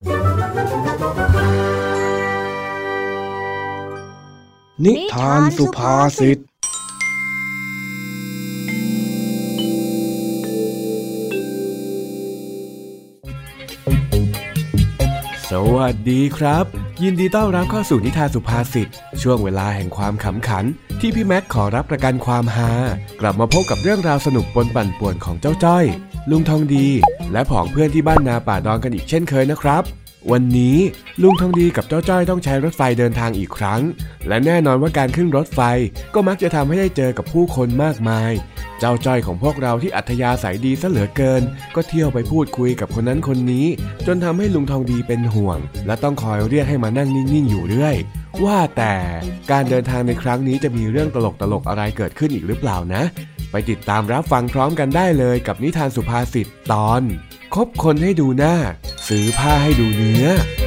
นิทานสุภาษิตสวัสดีครับยินดีต้อนรับเข้าสู่นิทานสุภาษิตช่วงเวลาแห่งความขำขันที่พี่แม็กขอรับประกันความฮากลับมาพบกับเรื่องราวสนุกปนปั่นป่วนของเจ้าจ้อยลุงทองดีและผองเพื่อนที่บ้านนาป่าดอนกันอีกเช่นเคยนะครับวันนี้ลุงทองดีกับเจ้าจ้อยต้องใช้รถไฟเดินทางอีกครั้งและแน่นอนว่าการขึ้นรถไฟก็มักจะทำให้ได้เจอกับผู้คนมากมายเจ้าจ้อยของพวกเราที่อัธยาศัยดีซะเหลือเกินก็เที่ยวไปพูดคุยกับคนนั้นคนนี้จนทำให้ลุงทองดีเป็นห่วงและต้องคอยเรียกให้มานั่งนิ่งๆอยู่เรื่อยว่าแต่การเดินทางในครั้งนี้จะมีเรื่องตลกๆอะไรเกิดขึ้นอีกหรือเปล่านะไปติดตามรับฟังพร้อมกันได้เลยกับนิทานสุภาษิตตอนคบคนให้ดูหน้าซื้อผ้าให้ดูเนื้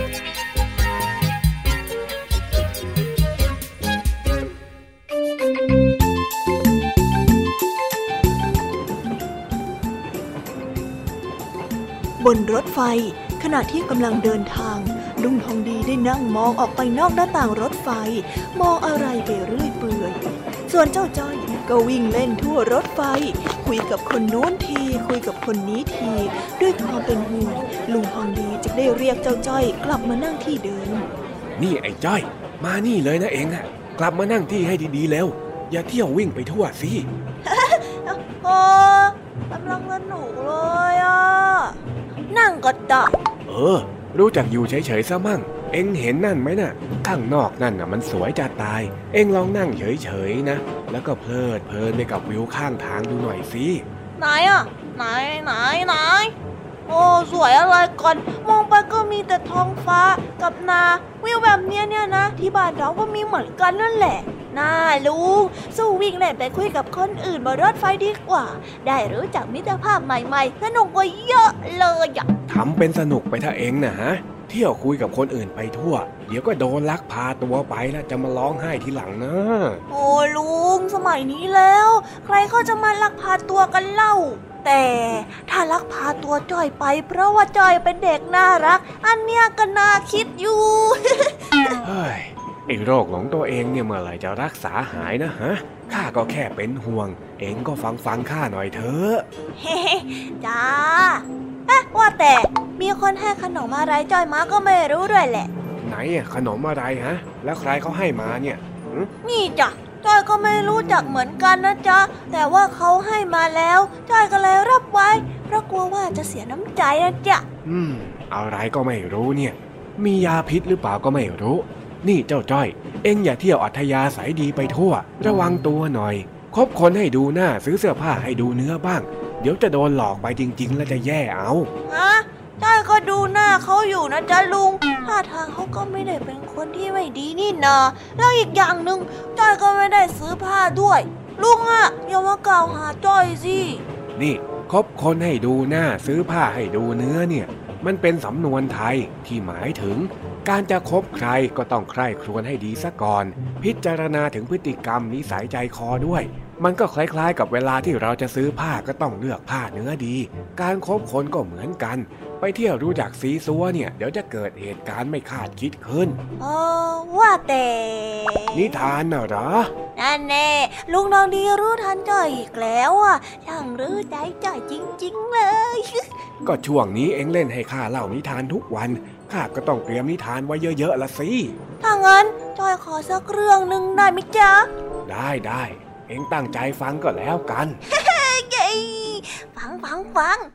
อบนรถไฟขณะที่กำลังเดินทางลุงทองดีได้นั่งมองออกไปนอกหน้าต่างรถไฟมองอะไรไปเรื่อยเปื่อยส่วนเจ้าจ้อยก็วิ่งเล่นทั่วรถไฟคุยกับคนโน้นทีคุยกับคนนี้ทีด้วยความเป็นห่วงลุงทองดีจึงได้เรียกเจ้าจ้อยกลับมานั่งที่เดิมนี่ไอ้จ้อยมานี่เลยนะเองอะกลับมานั่งที่ให้ดีๆแล้วอย่าเที่ยววิ่งไปทั่วสิโอ้กำลังสนุกเลยอ่ะนั่งก็ได้รู้จักอยู่เฉยๆซะมั่งเอ็งเห็นนั่นไหมน่ะข้างนอกนั่นน่ะมันสวยจะตายเอ็งลองนั่งเฉยๆนะแล้วก็เพลิดเพลินไปกับวิวข้างทางดูหน่อยสิไหนอ่ะไหนโอ้สวยอะไรก่อนมองไปก็มีแต่ท้องฟ้ากับนาวิวแบบเนี้ยนะที่บ้านเราก็มีเหมือนกันนั่นแหละน่าลุงสู้วิ่งเล่นไปคุยกับคนอื่นบนรถไฟดีกว่าได้รู้จักมิตรภาพใหม่ๆสนุกกว่าเยอะเลยอ่ะทำเป็นสนุกไปถ้าเองนะฮะเที่ยวคุยกับคนอื่นไปทั่วเดี๋ยวก็โดนลักพาตัวไปแล้วจะมาร้องไห้ทีหลังนะโอ้ลุงสมัยนี้แล้วใครเขาจะมาลักพาตัวกันเล่าแต่ถ้าลักพาตัวจ้อยไปเพราะว่าจ้อยเป็นเด็กน่ารักอันเนี้ยก็น่าคิดอยู่เฮ้ยไอ้โรคหลงตัวเองเนี่ยเมื่อไหร่จะรักษาหายนะฮะข้าก็แค่เป็นห่วงเองก็ฟังข้าหน่อยเถอะเฮ้จ้าว่าแต่มีคนให้ขนมอะไรจ้อยมาก็ไม่รู้ด้วยแหละไหนขนมอะไรฮะแล้วใครเขาให้มาเนี่ยนี่จ้ะจ้อยก็ไม่รู้จักเหมือนกันนะจ๊ะแต่ว่าเขาให้มาแล้วจ้อยก็เลยรับไว้เพราะกลัวว่าจะเสียน้ำใจนะจ๊ะอะไรก็ไม่รู้เนี่ยมียาพิษหรือเปล่าก็ไม่รู้นี่เจ้าจ้อยเอ็งอย่าเที่ยวอัธยาศัยดีไปทั่วระวังตัวหน่อยคบคนให้ดูหน้าซื้อเสื้อผ้าให้ดูเนื้อบ้างเดี๋ยวจะโดนหลอกไปจริงๆแล้วจะแย่เอาจ้อยก็ดูหน้าเขาอยู่นะจ๊ะลุงท่าทางเขาก็ไม่ได้เป็นคนที่ไม่ดีนี่นาแล้วอีกอย่างหนึ่งจ้อยก็ไม่ได้ซื้อผ้าด้วยลุงอย่ามากล่าวหาจ้อยสินี่คบคนให้ดูหน้าซื้อผ้าให้ดูเนื้อเนี่ยมันเป็นสำนวนไทยที่หมายถึงการจะคบใครก็ต้องใคร่ครวญให้ดีซะก่อนพิจารณาถึงพฤติกรรมนิสัยใจคอด้วยมันก็คล้ายๆกับเวลาที่เราจะซื้อผ้าก็ต้องเลือกผ้าเนื้อดีการคบคนก็เหมือนกันไปเที่ยวรู้จักซีซัวเนี่ยเดี๋ยวจะเกิดเหตุการณ์ไม่คาดคิดขึ้นว่าแต่นิทานน่ะเหรอนั่นแน่ลุงทองดีรู้ทันจ้อยอีกแล้วช่างรู้ใจจ้อยจริงๆเลยก็ช่วงนี้เอ็งเล่นให้ข้าเล่านิทานทุกวันข้าก็ต้องเตรียมนิทานไว้เยอะๆละสิถ้างั้นจ้อยขอสักเรื่องนึงได้ไหมจ๊ะได้เอ็งตั้งใจฟังก็แล้วกันฟัง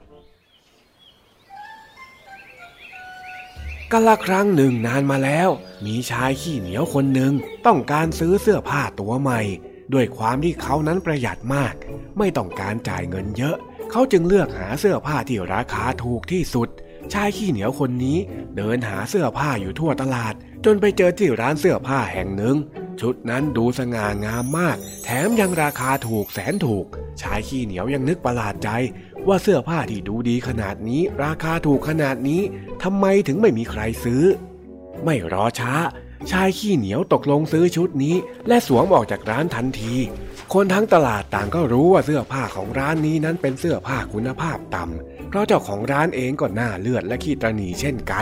กาลครั้งหนึ่งนานมาแล้วมีชายขี้เหนียวคนหนึ่งต้องการซื้อเสื้อผ้าตัวใหม่ด้วยความที่เขานั้นประหยัดมากไม่ต้องการจ่ายเงินเยอะเขาจึงเลือกหาเสื้อผ้าที่ราคาถูกที่สุดชายขี้เหนียวคนนี้เดินหาเสื้อผ้าอยู่ทั่วตลาดจนไปเจอที่ร้านเสื้อผ้าแห่งหนึ่งชุดนั้นดูสง่างามมากแถมยังราคาถูกแสนถูกชายขี้เหนียวยังนึกประหลาดใจว่าเสื้อผ้าที่ดูดีขนาดนี้ราคาถูกขนาดนี้ทำไมถึงไม่มีใครซื้อไม่รอช้าชายขี้เหนียวตกลงซื้อชุดนี้และสวมออกจากร้านทันทีคนทั้งตลาดต่างก็รู้ว่าเสื้อผ้าของร้านนี้นั้นเป็นเสื้อผ้าคุณภาพต่ำเพราะเจ้าของร้านเองก็หน้าเลือดและขี้ตระหนี่เช่นกัน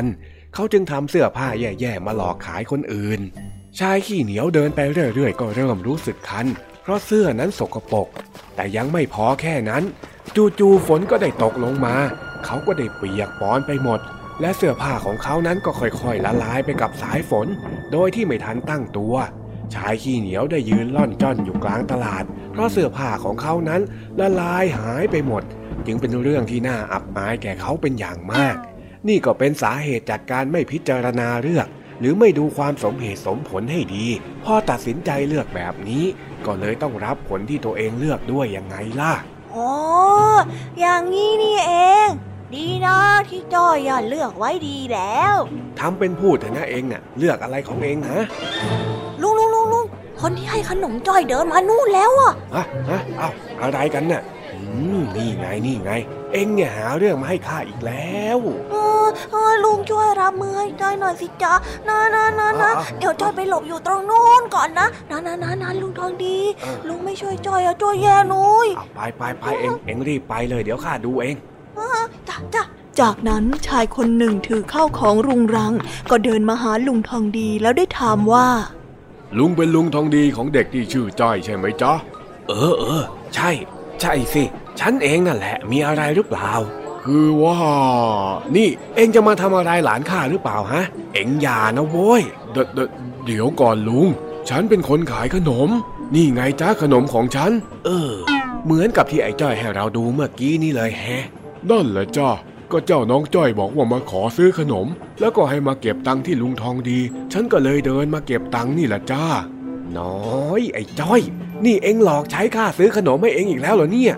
เขาจึงทำเสื้อผ้าแย่ๆมาหลอกขายคนอื่นชายขี้เหนียวเดินไปเรื่อยๆก็เริ่มรู้สึกคันเพราะเสื้อนั้นสกปรกแต่ยังไม่พอแค่นั้นจู่ๆฝนก็ได้ตกลงมาเขาก็ได้เปียกปอนไปหมดและเสื้อผ้าของเขานั้นก็ค่อยๆละลายไปกับสายฝนโดยที่ไม่ทันตั้งตัวชายขี้เหนียวได้ยืนล่อนจ้อนอยู่กลางตลาดเพราะเสื้อผ้าของเขานั้นละลายหายไปหมดจึงเป็นเรื่องที่น่าอับอายแก่เขาเป็นอย่างมากนี่ก็เป็นสาเหตุจากการไม่พิจารณาเลือกหรือไม่ดูความสมเหตุสมผลให้ดีพอตัดสินใจเลือกแบบนี้ก็เลยต้องรับผลที่ตัวเองเลือกด้วยยังไงล่ะอ๋ออย่างนี้นี่เองดีนะที่จ้อยเลือกไว้ดีแล้วทำเป็นพูดเถอะนะเองน่ะเลือกอะไรของเองฮะลุงคนที่ให้ขนมจ้อยเดินมานู่นแล้วอ่ะเอ้าอะไรกันน่ะนี่ไงเอ็งเนี่ยหาเรื่องมาให้ข้าอีกแล้วลุงช่วยรับมือให้จ้อยหน่อยสิจ๊ะนะเดี๋ยวจ้อยไปหลบอยู่ตรงนู้นก่อนนะลุงทองดีลุงไม่ช่วยจ้อยจ้อยแย่นุ้ยไปเอ็งรีบไปเลยเดี๋ยวข้าดูเองจ้ะจากนั้นชายคนหนึ่งถือข้าวของรุงรังก็เดินมาหาลุงทองดีแล้วได้ถามว่าลุงเป็นลุงทองดีของเด็กที่ชื่อจ้อยใช่ไหมจ๊ะใช่สิฉันเองนั่นแหละมีอะไรหรือเปล่าคือว่านี่เอ็งจะมาทำอะไรหลานข้าหรือเปล่าฮะเอ็งอย่านะโว้ยเดี๋ยวก่อนลุงฉันเป็นคนขายขนมนี่ไงจ้าขนมของฉันเหมือนกับที่ไอ้จ้อยให้เราดูเมื่อกี้นี่เลยแฮะนั่นแหละจ้าก็เจ้าน้องจ้อยบอกว่ามาขอซื้อขนมแล้วก็ให้มาเก็บตังค์ที่ลุงทองดีฉันก็เลยเดินมาเก็บตังค์นี่แหละจ้าน้อยไอ้จ้อยนี่เอ็งหลอกใช้ข้าซื้อขนมให้เอ็งอีกแล้วเหรอเนี่ย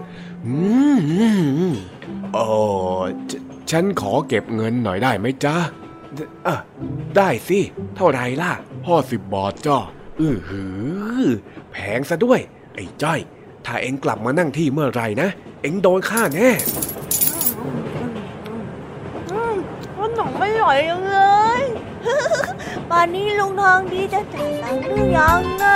ฉันขอเก็บเงินหน่อยได้ไหมจ๊ะได้สิเท่าไรล่ะ50 บาทจ้าแพงซะด้วยไอ้จ้อยถ้าเอ็งกลับมานั่งที่เมื่อไรนะเอ็งโดนฆ่าแน่ขนมไม่อร่อยเลยป่านนี้ลุงทองดีจะจ่ายตังค์หรือยังอ่ะ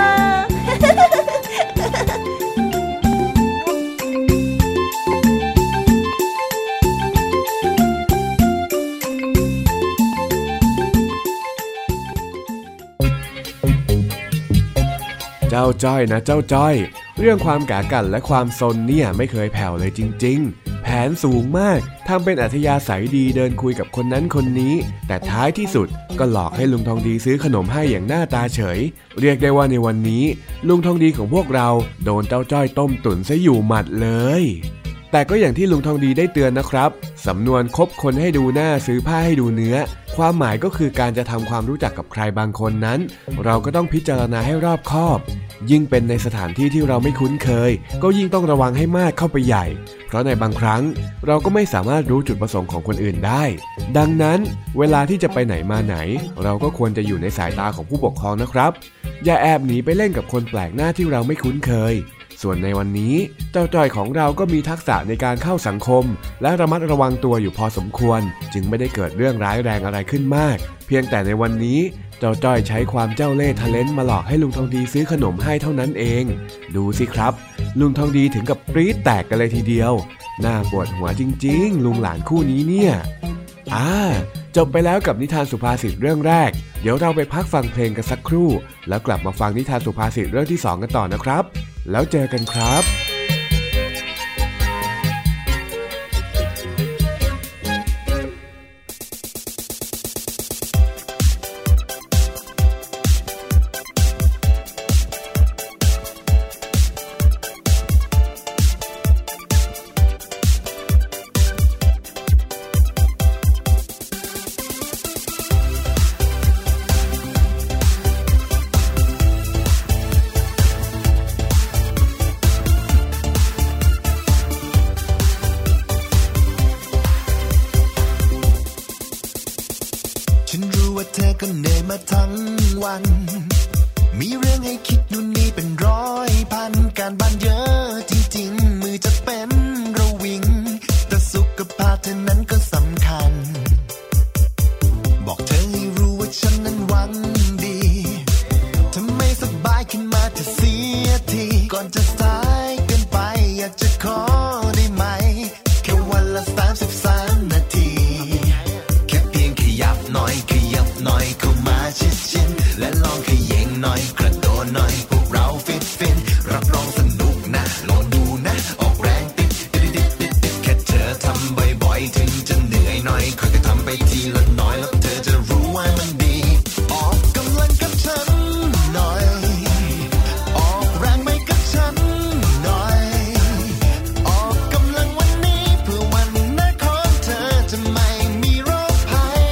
เจ้าจ้อยนะเจ้าจ้อยเรื่องความกากันและความซนเนี่ยไม่เคยแผ่วเลยจริงๆแผนสูงมากทำเป็นอัธยาศัยดีเดินคุยกับคนนั้นคนนี้แต่ท้ายที่สุดก็หลอกให้ลุงทองดีซื้อขนมให้อย่างหน้าตาเฉยเรียกได้ว่าในวันนี้ลุงทองดีของพวกเราโดนเจ้าจ้อยต้มตุ๋นซะอยู่หมัดเลยแต่ก็อย่างที่ลุงทองดีได้เตือนนะครับสำนวนคบคนให้ดูหน้าซื้อผ้าให้ดูเนื้อความหมายก็คือการจะทำความรู้จักกับใครบางคนนั้นเราก็ต้องพิจารณาให้รอบคอบยิ่งเป็นในสถานที่ที่เราไม่คุ้นเคยก็ยิ่งต้องระวังให้มากเข้าไปใหญ่เพราะในบางครั้งเราก็ไม่สามารถรู้จุดประสงค์ของคนอื่นได้ดังนั้นเวลาที่จะไปไหนมาไหนเราก็ควรจะอยู่ในสายตาของผู้ปกครองนะครับอย่าแอบหนีไปเล่นกับคนแปลกหน้าที่เราไม่คุ้นเคยส่วนในวันนี้เจ้าจ้อยของเราก็มีทักษะในการเข้าสังคมและระมัดระวังตัวอยู่พอสมควรจึงไม่ได้เกิดเรื่องร้ายแรงอะไรขึ้นมากเพียงแต่ในวันนี้เจ้าจ้อยใช้ความเจ้าเล่ห์ทะเลนมาหลอกให้ลุงทองดีซื้อขนมให้เท่านั้นเองดูสิครับลุงทองดีถึงกับปรี๊ดแตกกันเลยทีเดียวน่าปวดหัวจริงๆลุงหลานคู่นี้เนี่ยจบไปแล้วกับนิทานสุภาษิตเรื่องแรกเดี๋ยวเราไปพักฟังเพลงกันสักครู่แล้วกลับมาฟังนิทานสุภาษิตเรื่องที่2กันต่อนะครับแล้วเจอกันครับมีเรื่องให้คิดนู่นนี่เป็นร้อยพันการบ้านเยอะจริงๆมือจะเป็นระวิงแต่สุขภาพเธอนั้นก็สำคัญบอกเธอให้รู้ว่าฉันนั้นหวังดีถ้าไม่สบายขึ้นมาจะเสียทีก่อนจะสายเกินไปอยากจะขอได้ไหมแค่วันละ33 นาทีแค่เพียงขยับหน่อยขยับหน่อยเข้ามาชิดๆและลองขย่งหน่อยกระโดดหน่อยพวกเราฟินรับรองสนุกนะลองดูนะออกแรงติดแค่เธอทำบ่อยๆถึงจะเหนื่อยหน่อยค่อยๆทำไปทีละน้อยแล้วเธอจะรู้ว่ามันดีออกกำลังกับฉันหน่อยออกแรงไปกับฉันหน่อยออกกำลังวันนี้เพื่อวันหน้าของเธอจะไม่มีโรคภัย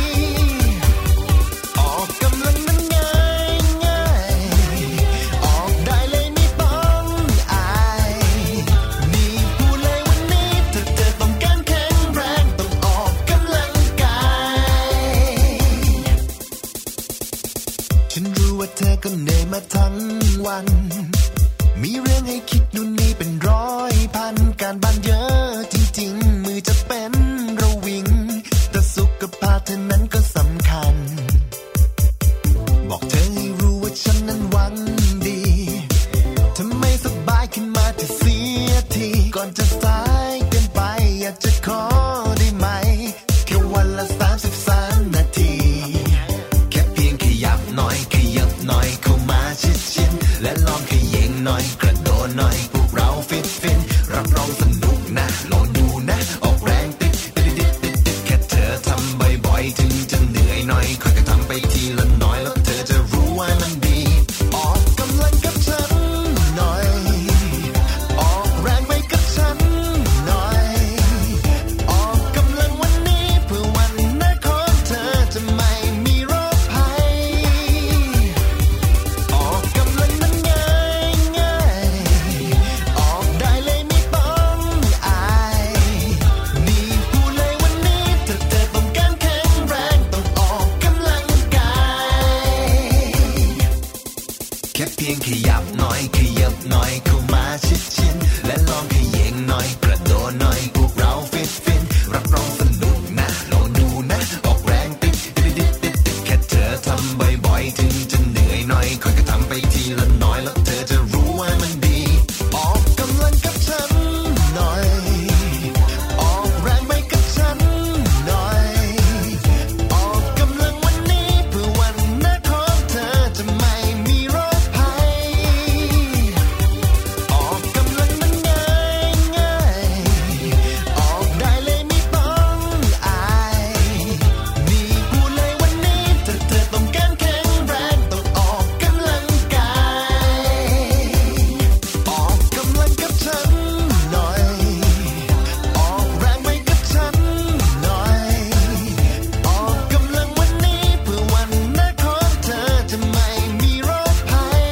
ออกกำลังนั้นง่ายออกได้เลยไม่ต้องอายนี่พูดเลยวันนี้ถ้าเธอต้องการแข็งแรงต้องออกกำลังกายฉันรู้ว่าเธอก็เหนื่อยมาทั้งวันมีเรื่องให้คิดนู่นนี่เป็นร้อยพันการบ้านเยอะจริงๆมือจะเป็นระวิงแต่สุขภาพเธอนั้นก็สำคัญบอกเธอให้รู้ว่าฉันนั้นหวังดีถ้าไม่สบายขึ้นมาจะเสียทีก่อนจะสายเกินไปอยากจะขอได้ไหมแค่วันละ33 นาทีแค่เพียงขยับหน่อยเข้ามาชิดๆและลองขย่งหน่อยกระโดดหน่อยพวกเราฟินรับรองสนุกนะลองดูนะออกแรงติดแค่เธอทำบ่อยๆถึงจะเหนื่อยหน่อยค่อยๆทำไปทีละน้อยแล้วเธอจะรู้ว่ามันดีออกกำลังกับฉันหน่อยออกแรงไปกับฉันหน่อยออกกำลังวันนี้เพื่อวันหน้าของเธอจะไม่มีโรคภัยออกกำลังนั้นง่ายออกได้เลยไม่ต้องอายนี่พูดเลยวันนี้ถ้าเธอต้องการแข็งแรงต้องออกกำลังกายแค่เพียงขยับหน่อยเข้ามาชิดๆและลองขย่งหน่อยกระโดดหน่อยพวกเราฟินรับรองสนุกนะลองดูนะออกแรงติดแค่เธอทำบ่อยๆถึงจะเหนื่อยหน่อยค่อยๆทำไปทีละน้อยแล้วเธอจะรู้ว่ามันดีออกกำลังกับฉันหน่อยออกแรงไปกับฉันหน่อยออกกำลังวันนี้เพื่อวันหน้าของเธอจะไม่มีโรคภัยออกกำลังนั้นง่ายออกได้เลยไม่ต้องอายนี่พูดเลยวันนี้ถ้าเธอต้องการแข็งแรงต้องออกกำลังกายออกกำลังกับฉันหน่อยออกแรงไปกับฉันหน่อยออกกำลังวันนี้เพื่อวันหน้าของเธอจะไม่มีโรคภัย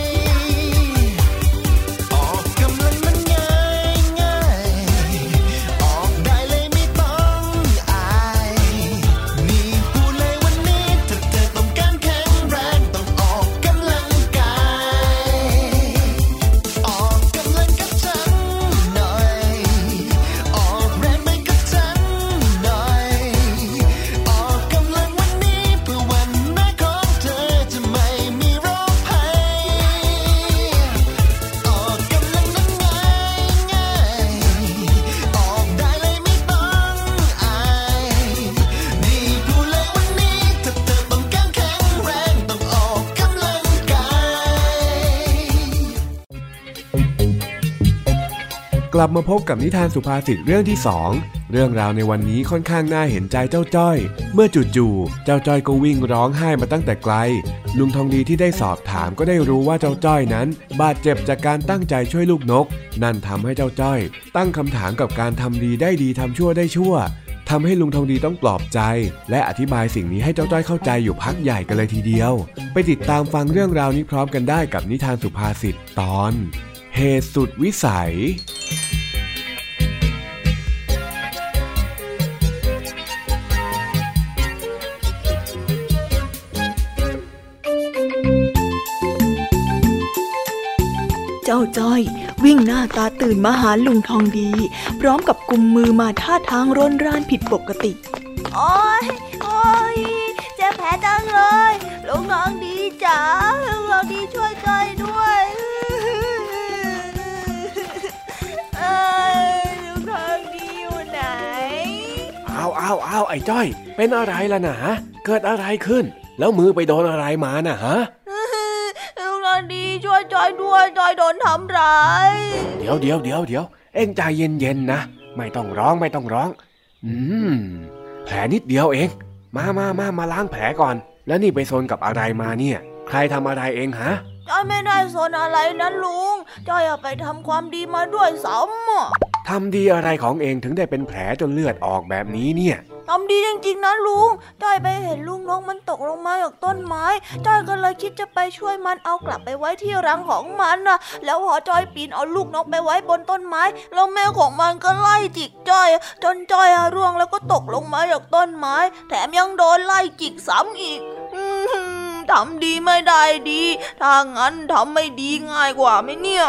ออกกำลังนั้นง่ายออกได้เลยไม่ต้องอายนี่พูดเลยวันนี้ถ้าเธอต้องการแข็งแรงต้องออกกำลังกายออกกำลังกับฉันหน่อยออกแรงไปกับฉันหน่อยออกกำลังวันนี้เพื่อวันหน้าของเธอจะไม่มีโรคภัยออกกำลังนั้นง่ายออกได้เลยไม่ต้องอายนี่พูดเลยวันนี้ถ้าเธอต้องการแข็งแรงต้องออกกำลังกายกลับมาพบกับนิทานสุภาษิตเรื่องที่ 2เรื่องราวในวันนี้ค่อนข้างน่าเห็นใจเจ้าจ้อยเมื่อจู่ๆเจ้าจ้อยก็วิ่งร้องไห้มาตั้งแต่ไกลลุงทองดีที่ได้สอบถามก็ได้รู้ว่าเจ้าจ้อยนั้นบาดเจ็บจากการตั้งใจช่วยลูกนกนั่นทำให้เจ้าจ้อยตั้งคำถามกับการทำดีได้ดีทำชั่วได้ชั่วทำให้ลุงทองดีต้องปลอบใจและอธิบายสิ่งนี้ให้เจ้าจ้อยเข้าใจอยู่พักใหญ่กันเลยทีเดียวไปติดตามฟังเรื่องราวนี้พร้อมกันได้กับนิทานสุภาษิตตอนเหตุสุดวิสัยเจ้าจ้อยวิ่งหน้าตาตื่นมาหาลุงทองดีพร้อมกับกุมมือมาท่าทางร่นร่านผิดปกติโอ๊ยเจ็บแผลจังเลยลุงทองดีจ๋าลุงทองดีช่วยจ้อยด้วยลุงทองดีอยู่ไหนอ้าวไอ้จ้อยเป็นอะไรล่ะนะเกิดอะไรขึ้นแล้วมือไปโดนอะไรมาน่ะฮะลุงทองดีช่วยจอยด้วยจอยโดนทำร้ายเดี๋ยวเอ็งใจเย็นๆนะไม่ต้องร้องแผลนิดเดียวเองมาล้างแผลก่อนแล้วนี่ไปซนกับอะไรมาเนี่ยใครทำอะไรเองฮะจอยไม่ได้ซนอะไรนะลุงจอยไปทำความดีมาด้วยซ้ำทำดีอะไรของเองถึงได้เป็นแผลจนเลือดออกแบบนี้เนี่ยทำดีจริงๆนะลุงจอยไปเห็นลุงนกมันตกลงมาจากต้นไม้จอยก็เลยคิดจะไปช่วยมันเอากลับไปไว้ที่รังของมันนะแล้วพอจอยปีนเอาลูกนกไปไว้บนต้นไม้แล้วแม่ของมันก็ไล่จิกจอยจนจอยร่วงแล้วก็ตกลงมาจากต้นไม้แถมยังโดนไล่จิกซ้ำอีกทำดีไม่ได้ดีถ้างั้นทำไม่ดีง่ายกว่าไหมเนี่ย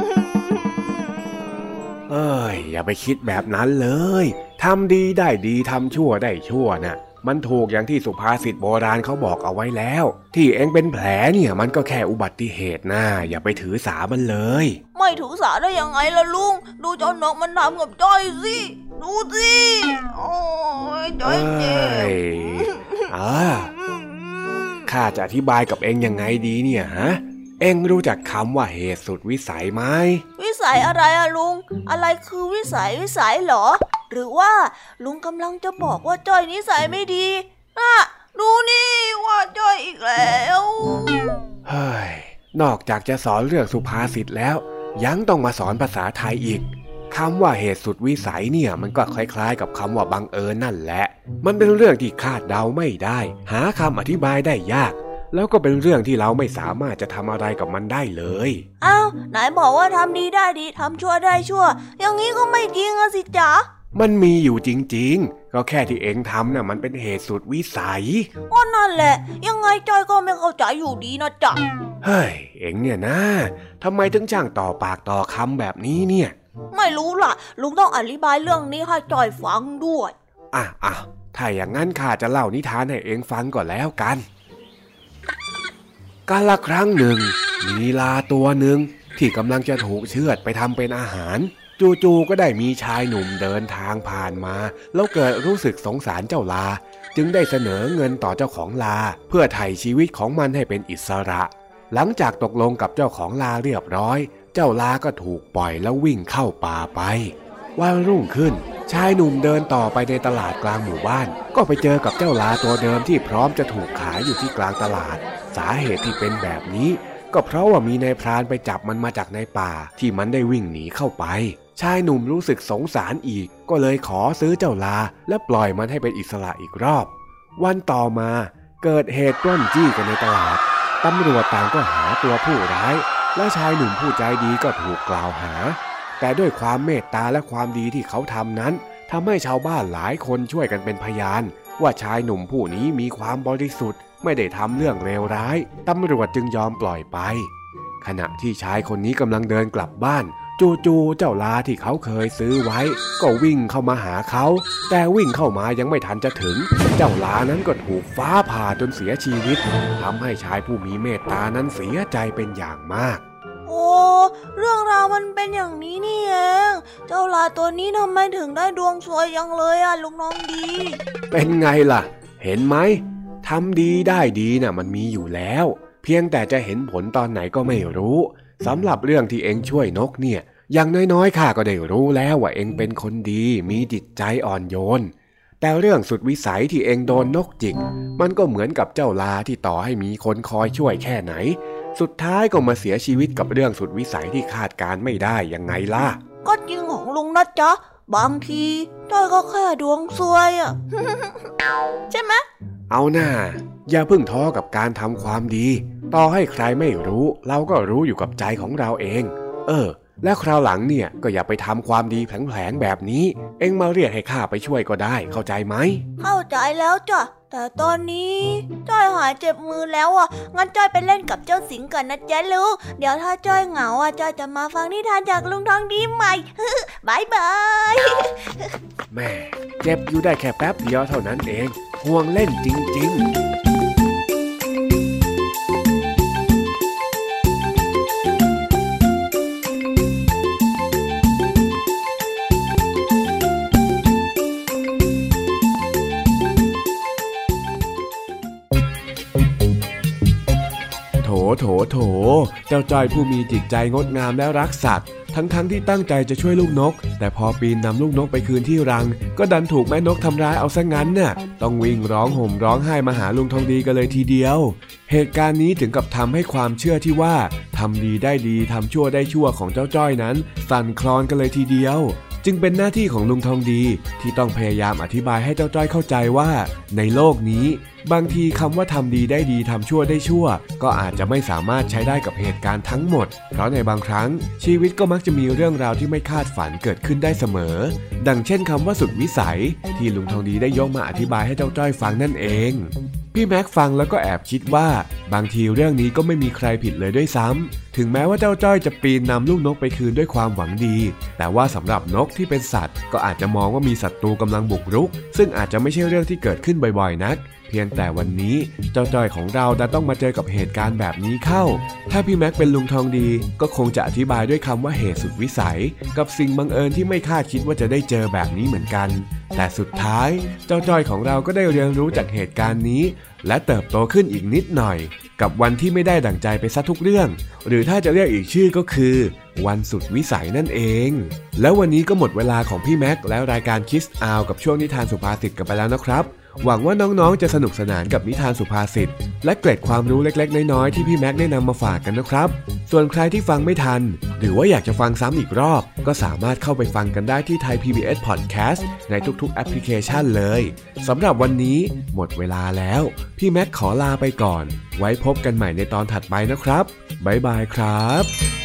อย่าไปคิดแบบนั้นเลยทำดีได้ดีทำชั่วได้ชั่วน่ะมันถูกอย่างที่สุภาษิตโบราณเขาบอกเอาไว้แล้วที่เอ็งเป็นแผลเนี่ยมันก็แค่อุบัติเหตุนะอย่าไปถือสามันเลยไม่ถือสาได้ยังไงล่ะลุงดูเจ้านกมันทำกับจ้อยสิดูสิโอ้ยจ้อยเจ็บข้าจะอธิบายกับเอ็งยังไงดีเนี่ยฮะเอ็งรู้จักคำว่าเหตุสุดวิสัยไหมวิสัยอะไรอะลุงอะไรคือวิสัยเหรอหรือว่าลุงกำลังจะบอกว่าจ้อยนิสัยไม่ดีดูนี่ว่าจ้อยอีกแล้วนอกจากจะสอนเรื่องสุภาษิตแล้วยังต้องมาสอนภาษาไทยอีกคำว่าเหตุสุดวิสัยเนี่ยมันก็คล้ายๆกับคำว่าบังเอิญนั่นแหละมันเป็นเรื่องที่คาดเดาไม่ได้หาคำอธิบายได้ยากแล้วก็เป็นเรื่องที่เราไม่สามารถจะทำอะไรกับมันได้เลยอ้าวไหนบอกว่าทำดีได้ดีทำชั่วได้ชั่วอย่างนี้ก็ไม่จริงอะสิจ๊ะมันมีอยู่จริงๆก็แค่ที่เอ็งทำน่ะมันเป็นเหตุสุดวิสัยก็นั่นแหละยังไงจอยก็ไม่เข้าใจอยู่ดีนะจ๊ะเฮ้ยเอ็งเนี่ยนะทำไมถึงช่างต่อปากต่อคำแบบนี้เนี่ยไม่รู้ล่ะลุงต้องอธิบายเรื่องนี้ให้จอยฟังด้วยถ้าอย่างนั้นข้าจะเล่านิทานให้เอ็งฟังก่อนแล้วกันกาลครั้งหนึ่งมีลาตัวหนึ่งที่กำลังจะถูกเชือดไปทำเป็นอาหารจู่ๆก็ได้มีชายหนุ่มเดินทางผ่านมาแล้วเกิดรู้สึกสงสารเจ้าลาจึงได้เสนอเงินต่อเจ้าของลาเพื่อไถ่ชีวิตของมันให้เป็นอิสระหลังจากตกลงกับเจ้าของลาเรียบร้อยเจ้าลาก็ถูกปล่อยแล้ววิ่งเข้าป่าไปวันรุ่งขึ้นชายหนุ่มเดินต่อไปในตลาดกลางหมู่บ้านก็ไปเจอกับเจ้าลาตัวเดิมที่พร้อมจะถูกขายอยู่ที่กลางตลาดสาเหตุที่เป็นแบบนี้ก็เพราะว่ามีนายพรานไปจับมันมาจากในป่าที่มันได้วิ่งหนีเข้าไปชายหนุ่มรู้สึกสงสารอีกก็เลยขอซื้อเจ้าลาและปล่อยมันให้เป็นอิสระอีกรอบวันต่อมาเกิดเหตุปล้นจี้กันในตลาดตำรวจต่างก็หาตัวผู้ร้ายและชายหนุ่มผู้ใจดีก็ถูกกล่าวหาแต่ด้วยความเมตตาและความดีที่เขาทำนั้นทำให้ชาวบ้านหลายคนช่วยกันเป็นพยานว่าชายหนุ่มผู้นี้มีความบริสุทธิ์ไม่ได้ทำเรื่องเลวร้ายตำรวจจึงยอมปล่อยไปขณะที่ชายคนนี้กำลังเดินกลับบ้านจู่ๆเจ้าลาที่เขาเคยซื้อไว้ก็วิ่งเข้ามาหาเขาแต่วิ่งเข้ามายังไม่ทันจะถึงเจ้าลานั้นก็ถูกฟ้าผ่าจนเสียชีวิตทำให้ชายผู้มีเมตตานั้นเสียใจเป็นอย่างมากโอ้เรื่องราวมันเป็นอย่างนี้นี่เองเจ้าลาตัวนี้ทำไมถึงได้ดวงสวยจังเลยอ่ะลุงน้องดีเป็นไงล่ะเห็นไหมทำดีได้ดีน่ะมันมีอยู่แล้วเพียงแต่จะเห็นผลตอนไหนก็ไม่รู้สำหรับเรื่องที่เอ็งช่วยนกเนี่ยอย่างน้อยๆข้าก็ได้รู้แล้วว่าเอ็งเป็นคนดีมีจิตใจอ่อนโยนแต่เรื่องสุดวิสัยที่เอ็งโดนนกจิกมันก็เหมือนกับเจ้าลาที่ต่อให้มีคนคอยช่วยแค่ไหนสุดท้ายก็มาเสียชีวิตกับเรื่องสุดวิสัยที่คาดการไม่ได้ยังไงล่ะก็จริงของลุงนะจ๊ะบางทีจ้อยก็แค่ดวงซวยอ่ะ ใช่ไหมเอาหน้าอย่าเพิ่งท้อกับการทำความดีต่อให้ใครไม่รู้เราก็รู้อยู่กับใจของเราเองและคราวหลังเนี่ยก็อย่าไปทำความดีแผลงๆแบบนี้เอ็งมาเรียกให้ข้าไปช่วยก็ได้เข้าใจไหมเข้าใจแล้วจ้ะแต่ตอนนี้จ้อยหายเจ็บมือแล้วอ่ะงั้นจ้อยไปเล่นกับเจ้าสิงก่อนนะจ๊ะลูกเดี๋ยวถ้าจ้อยเหงาจ้อยจะมาฟังนิทานจากลุงทองดีใหม่บายบายแม่เจ็บอยู่ได้แค่แป๊บเดียวเท่านั้นเองห่วงเล่นจริงๆโถเจ้าจ้อยผู้มีจิตใจงดงามและรักสัตว์ทั้งที่ตั้งใจจะช่วยลูกนกแต่พอปีนนำลูกนกไปคืนที่รังก็ดันถูกแม่นกทำร้ายเอาซะงั้นน่ะต้องวิ่งร้องห่มร้องไห้มาหาลุงทองดีกันเลยทีเดียวเหตุการณ์นี้ถึงกับทำให้ความเชื่อที่ว่าทำดีได้ดีทำชั่วได้ชั่วของเจ้าจ้อยนั้นสั่นคลอนกันเลยทีเดียวจึงเป็นหน้าที่ของลุงทองดีที่ต้องพยายามอธิบายให้เจ้าจ้อยเข้าใจว่าในโลกนี้บางทีคำว่าทำดีได้ดีทำชั่วได้ชั่วก็อาจจะไม่สามารถใช้ได้กับเหตุการณ์ทั้งหมดเพราะในบางครั้งชีวิตก็มักจะมีเรื่องราวที่ไม่คาดฝันเกิดขึ้นได้เสมอดังเช่นคำว่าสุดวิสัยที่ลุงทองดีได้ยกมาอธิบายให้เจ้าจ้อยฟังนั่นเองพี่แม็กฟังแล้วก็แอบคิดว่าบางทีเรื่องนี้ก็ไม่มีใครผิดเลยด้วยซ้ำถึงแม้ว่าเจ้าจ้อยจะปีนนำลูกนกไปคืนด้วยความหวังดีแต่ว่าสำหรับนกที่เป็นสัตว์ก็อาจจะมองว่ามีศัตรูกำลังบุกรุกซึ่งอาจจะไม่ใช่เรื่องที่เกิดขึ้นบ่อยๆนักเพียงแต่วันนี้เจ้าจ้อยของเราดันต้องมาเจอกับเหตุการณ์แบบนี้เข้าถ้าพี่แม็กเป็นลุงทองดีก็คงจะอธิบายด้วยคำว่าเหตุสุดวิสัยกับสิ่งบังเอิญที่ไม่คาดคิดว่าจะได้เจอแบบนี้เหมือนกันแต่สุดท้ายเจ้าจ้อยของเราก็ได้เรียนรู้จากเหตุการณ์นี้และเติบโตขึ้นอีกนิดหน่อยกับวันที่ไม่ได้ดั่งใจไปซะทุกเรื่องหรือถ้าจะเรียกอีกชื่อก็คือวันสุดวิสัยนั่นเองแล้ววันนี้ก็หมดเวลาของพี่แม็กและรายการ Kids Hour กับช่วงนิทานสุภาษิตกันไปแล้วนะครับหวังว่าน้องๆจะสนุกสนานกับนิทานสุภาษิตและเกร็ดความรู้เล็กๆน้อยๆที่พี่แม็กได้นำมาฝากกันนะครับส่วนใครที่ฟังไม่ทันหรือว่าอยากจะฟังซ้ำอีกรอบก็สามารถเข้าไปฟังกันได้ที่ Thai PBS Podcast ในทุกๆแอปพลิเคชันเลยสำหรับวันนี้หมดเวลาแล้วพี่แม็กขอลาไปก่อนไว้พบกันใหม่ในตอนถัดไปนะครับบ๊ายบายครับ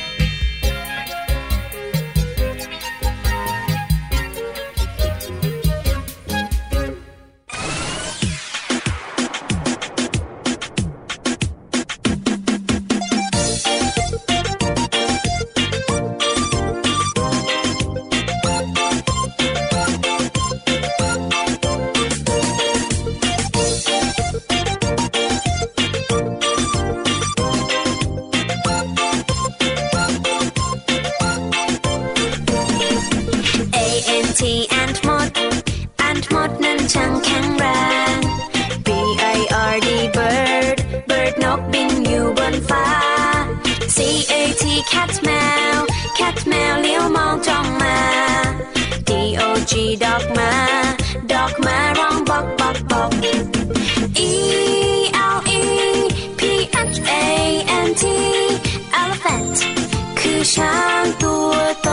ดอกมาร้องบอกบอกบอก ELEPHANT elephant คือช้างตัวโต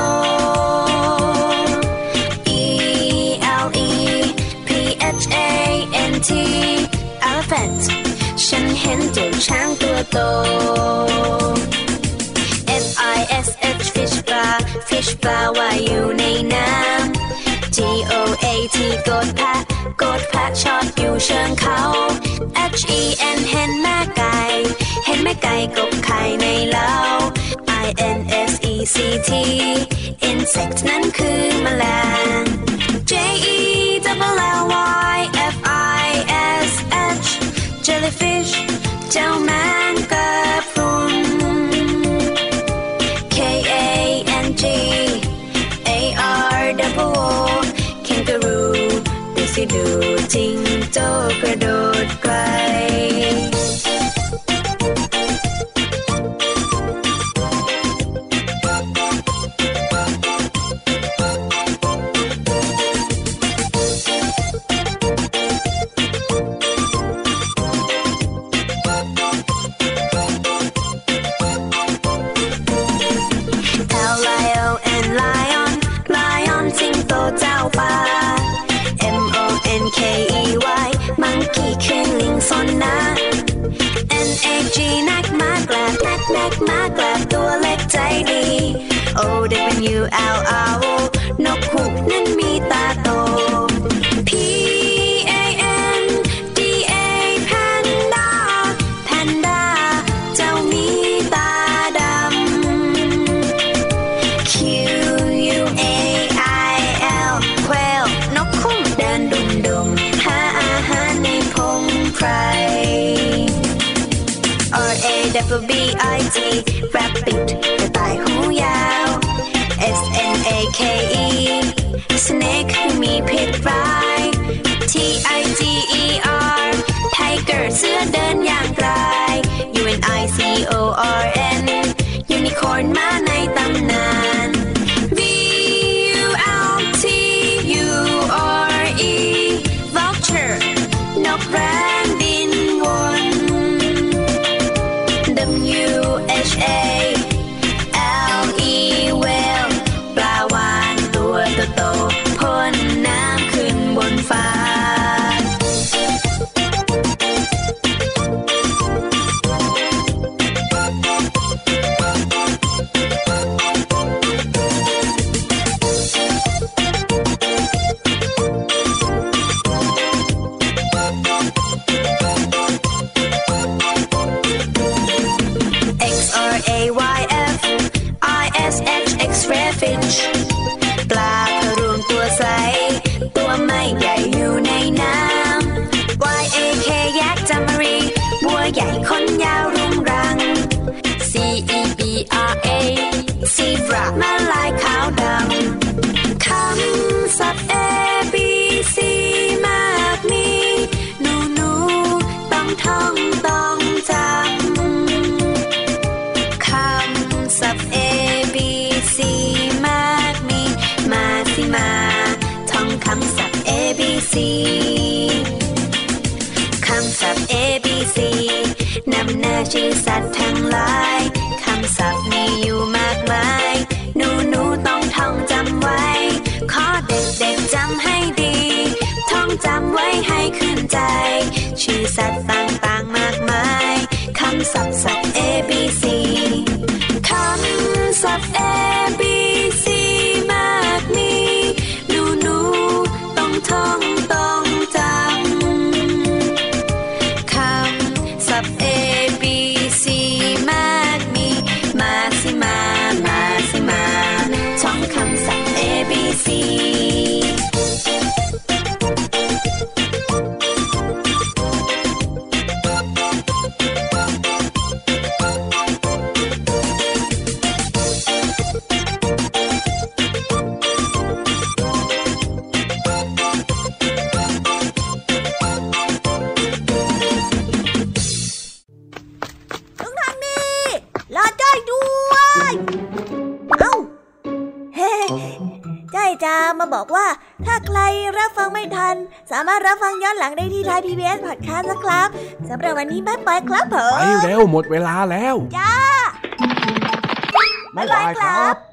ELEPHANT elephant ฉันเห็นเจ้าช้างตัวโต FISH fish ปลาว่ายอยู่ในน้ำGOAT โกดแพะชอดอยู่เชิงเขา HEN เห็นแม่ไก่กบไข่ในเล้า INSECT insect นั้นคือแมลง JELLYFISH jellyfish เจ้าแมงกะพรุน KANGAROO kangaroo ดูสิดูจิงโจ้กระโดดไกลmonkey คือลิงซนนะ NAG นักม้ากลาบตัวเล็กใจดี OWLR นกฮูกนั้นมีตาโต PANDA panda เจ้ามีตาดำ QUAIL quail นกคุ้มเดินดุ่มหาอาหารในพงไพร RABBIT rabbit กระต่ายหูยาว SNAKE snake มีพิษร้าย TIGER tiger เสือเดินอย่างไกล UNI UNICORN Unicorn มาในตำนาน VULTURE Vulture นกแร้งบินวน WHALE Whale ปลาวาฬตัวโตๆพ่นน้ำขึ้นบนฟ้าปลาพะรวงตัวใสตัวไม่ใหญ่อยู่ในน้ำ YAK ยักษ์จามรีบัวใหญ่ขนยาวรุงรัง CEBRA Zebra แม่ลายขาวดำคำศัพท์ ABC มากมีหนูต้องท่องต้องจำคำศัพท์ ABCมาท่องคำศัพท์ ABC คำศัพท์ ABC นำหน้าชื่อสัตว์ทั้งหลายคำศัพท์มีอยู่มากมายหนูต้องท่องจำไว้ขอเด็กๆจำให้ดีท่องจำไว้ให้ขึ้นใจชื่อสัตว์ต่างๆมากมายคำศัพท์ ABC คำศัพท์ ABCมากมีหนูต้องท่องต้องจำคำศัพท์ ABC มากมีมาท่องคำศัพท์ ABC มาบอกว่าถ้าใครรับฟังไม่ทันสามารถรับฟังย้อนหลังได้ที่ Thai PBS Podcast นะครับสำหรับวันนี้บ๊ายบายครับผมไปเร็วหมดเวลาแล้วจ้าบ๊ายบายครับ